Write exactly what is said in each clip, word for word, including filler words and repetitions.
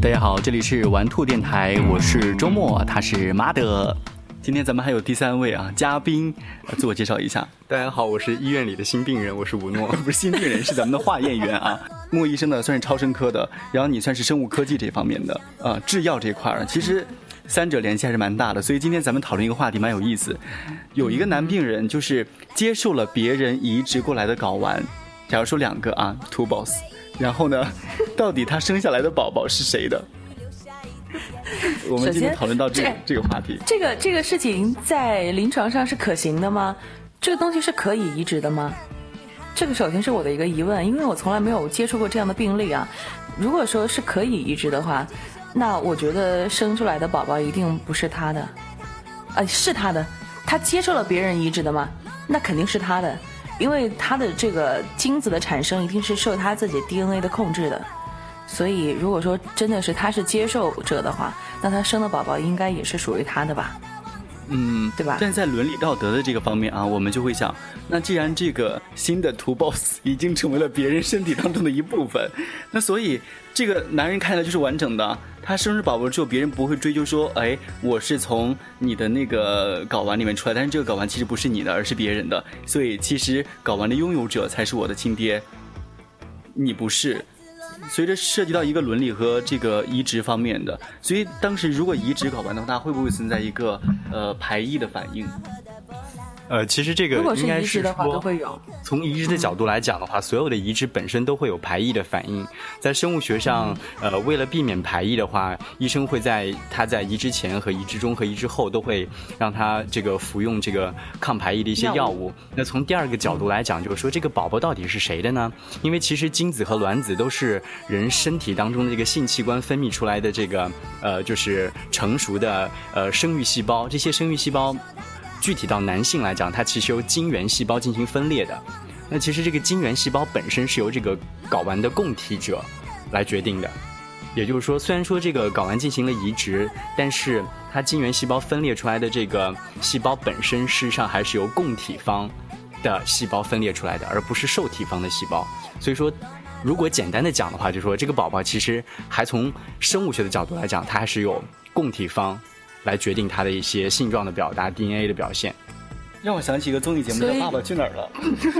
大家好，这里是玩兔电台，我是周末，他是妈的。今天咱们还有第三位啊嘉宾，自我介绍一下。 大家好，我是医院里的新病人，我是吴诺。 不是新病人，是咱们的化验员啊。莫医生呢算是超声科的，然后你算是生物科技这方面的，呃，制药这块儿，其实三者联系还是蛮大的。所以今天咱们讨论一个话题蛮有意思。有一个男病人就是接受了别人移植过来的睾丸，假如说两个啊 ，two balls， 然后呢，到底他生下来的宝宝是谁的？我们今天讨论到这个这个话题， 这个这个事情在临床上是可行的吗？这个东西是可以移植的吗？这个首先是我的一个疑问，因为我从来没有接触过这样的病例啊。如果说是可以移植的话，那我觉得生出来的宝宝一定不是他的，呃，是他的，他接受了别人移植的吗？那肯定是他的，因为他的这个精子的产生一定是受他自己 D N A 的控制的。所以如果说真的是他是接受者的话，那他生的宝宝应该也是属于他的吧， 嗯， 对吧？ 但在伦理道德的这个方面啊，我们就会想，那既然这个新的图 boss 已经成为了别人身体当中的一部分，那所以这个男人看来就是完整的，他生日宝宝之后，别人不会追究说，哎，我是从你的那个睾丸里面出来，但是这个睾丸其实不是你的，而是别人的，所以其实睾丸的拥有者才是我的亲爹，你不是。随着涉及到一个伦理和这个移植方面的，所以当时如果移植睾丸的话，它会不会存在一个呃排异的反应？ 呃，其实这个应该是说，从移植的角度来讲的话，所有的移植本身都会有排异的反应。在生物学上，呃，为了避免排异的话，医生会在他在移植前和移植中和移植后都会让他这个服用这个抗排异的一些药物。那从第二个角度来讲，就是说这个宝宝到底是谁的呢？因为其实精子和卵子都是人身体当中的这个性器官分泌出来的这个呃，就是成熟的呃生育细胞，这些生育细胞。具体到男性来讲，它其实由精原细胞进行分裂的。那其实这个精原细胞本身是由这个睾丸的供体者来决定的。也就是说，虽然说这个睾丸进行了移植，但是它精原细胞分裂出来的这个细胞本身，事实上还是由供体方的细胞分裂出来的，而不是受体方的细胞。所以说，如果简单的讲的话，就是说这个宝宝其实还从生物学的角度来讲，它还是有供体方来决定他的一些性状的表达 D N A 的表现。 让我想起一个综艺节目叫《爸爸去哪儿了》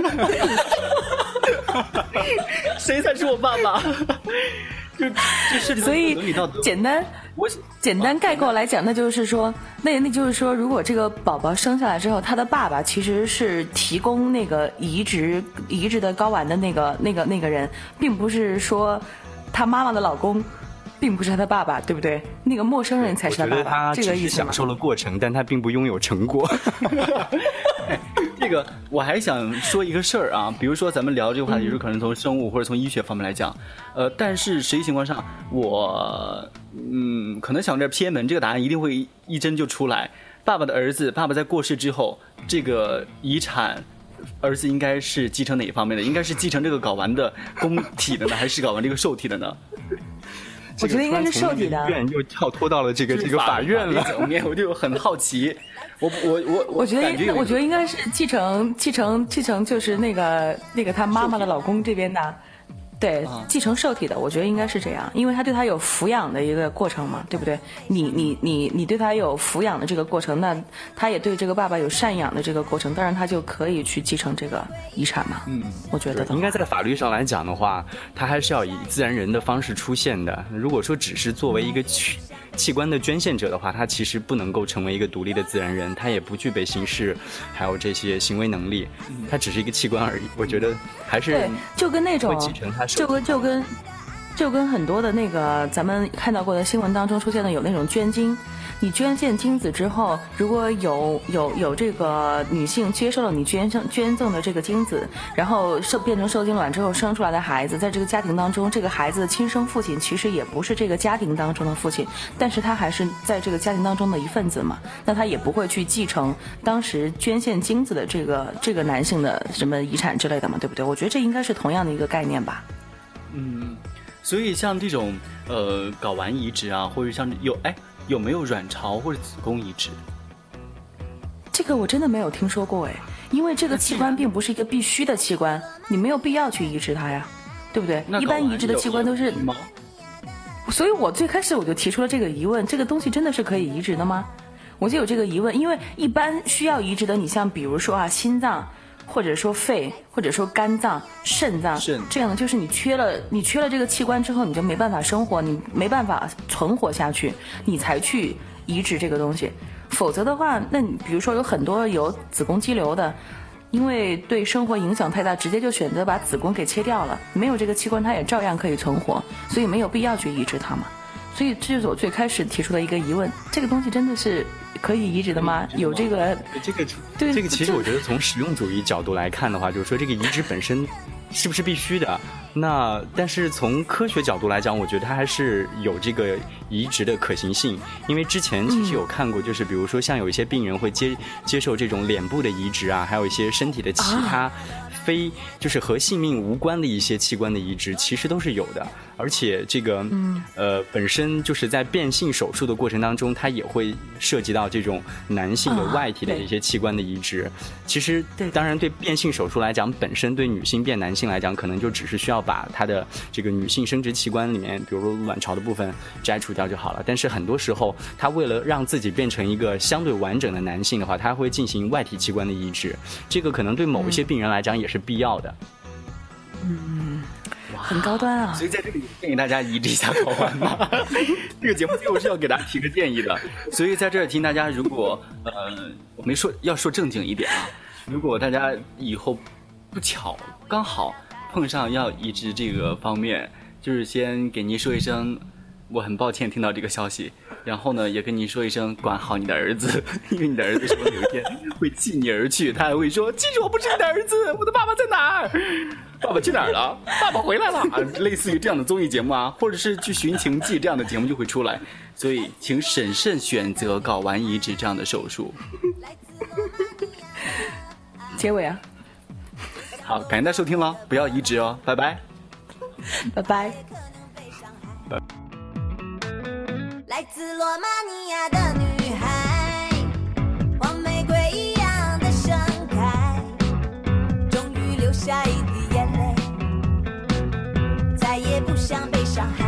谁才是我爸爸就就涉及到伦理道德。 所以简单我简单概括来讲，那就是说那那就是说如果这个宝宝生下来之后，他的爸爸其实是提供那个移植移植的睾丸的那个那个那个人，并不是说他妈妈的老公并不是他的爸爸，对不对？那个陌生人才是他爸爸，这个意思吗？ 他只是享受了过程，但他并不拥有成果。 这个我还想说一个事儿啊，比如说咱们聊这个话题，有可能从生物或者从医学方面来讲，呃，但是实际情况上，我嗯，可能想这偏门，这个答案一定会一针就出来。爸爸的儿子，爸爸在过世之后，这个遗产。儿子应该是继承哪一方面的？应该是继承这个睾丸的供体的呢，还是睾丸这个受体的呢？ 我觉得应该是受体的。 院又跳脱到了这个这个法院了， 我就很好奇。我我我我觉得我觉得应该是继承继承继承就是那个那个他妈妈的老公这边的。对，继承受体的，我觉得应该是这样，因为他对他有抚养的一个过程嘛，对不对？你你你你对他有抚养的这个过程，那他也对这个爸爸有赡养的这个过程，当然他就可以去继承这个遗产嘛。嗯，我觉得应该在法律上来讲的话，他还是要以自然人的方式出现的。如果说只是作为一个器器官的捐献者的话，他其实不能够成为一个独立的自然人，他也不具备刑事还有这些行为能力，他只是一个器官而已。我觉得还是对，就跟那种会继承他。 就跟就跟就跟很多的那个咱们看到过的新闻当中出现的有那种捐精，你捐献精子之后，如果有有有这个女性接受了你捐赠捐赠的这个精子，然后受变成受精卵之后生出来的孩子，在这个家庭当中，这个孩子的亲生父亲其实也不是这个家庭当中的父亲，但是他还是在这个家庭当中的一份子嘛，那他也不会去继承当时捐献精子的这个这个男性的什么遗产之类的嘛，对不对？我觉得这应该是同样的一个概念吧。 嗯，所以像这种呃睾丸移植啊，或者像有哎有没有卵巢或者子宫移植？ 这个我真的没有听说过哎，因为这个器官并不是一个必须的器官，你没有必要去移植它呀，对不对？一般移植的器官都是所以我最开始我就提出了这个疑问，这个东西真的是可以移植的吗？我就有这个疑问，因为一般需要移植的，你像比如说啊，心脏，或者说肺，或者说肝脏、肾脏这样的，就是你缺了你缺了这个器官之后，你就没办法生活，你没办法存活下去，你才去移植这个东西。否则的话，那你比如说有很多有子宫肌瘤的，因为对生活影响太大，直接就选择把子宫给切掉了，没有这个器官它也照样可以存活，所以没有必要去移植它嘛。所以这就是我最开始提出的一个疑问，这个东西真的是可以移植的吗？有这个这个对这个其实我觉得从实用主义角度来看的话，就是说这个移植本身是不是必须的？那但是从科学角度来讲，我觉得它还是有这个移植的可行性。因为之前其实有看过，就是比如说像有一些病人会接接受这种脸部的移植啊，还有一些身体的其他非就是和性命无关的一些器官的移植，其实都是有的。而且这个呃本身就是在变性手术的过程当中，它也会涉及到这种男性的外体的一些器官的移植。其实当然对变性手术来讲，本身对女性变男性来讲，可能就只是需要把它的这个女性生殖器官里面，比如说卵巢的部分摘除掉就好了。但是很多时候，他为了让自己变成一个相对完整的男性的话，他会进行外体器官的移植。这个可能对某一些病人来讲也是必要的。 嗯，很高端啊！ 所以在这里建议大家移植一下睾丸嘛。这个节目最后是要给大家提个建议的，所以在这儿提醒大家，如果呃我没说要说正经一点啊，如果大家以后不巧刚好碰上要移植这个方面，就是先给您说一声，我很抱歉听到这个消息，然后呢也跟您说一声，管好你的儿子，因为你的儿子说有一天会弃你而去，他还会说，其实我不是你的儿子，我的爸爸在哪儿？爸爸去哪儿了？爸爸回来了、啊、类似于这样的综艺节目啊，或者是去寻情记这样的节目就会出来，所以请审慎选择睾丸移植这样的手术。 结尾啊， 好，感谢大家收听了，不要移植哦，拜拜， 拜拜。 来自罗马尼亚的女孩，黄玫瑰一样的盛开，终于流下一滴眼泪，再也不想被伤害。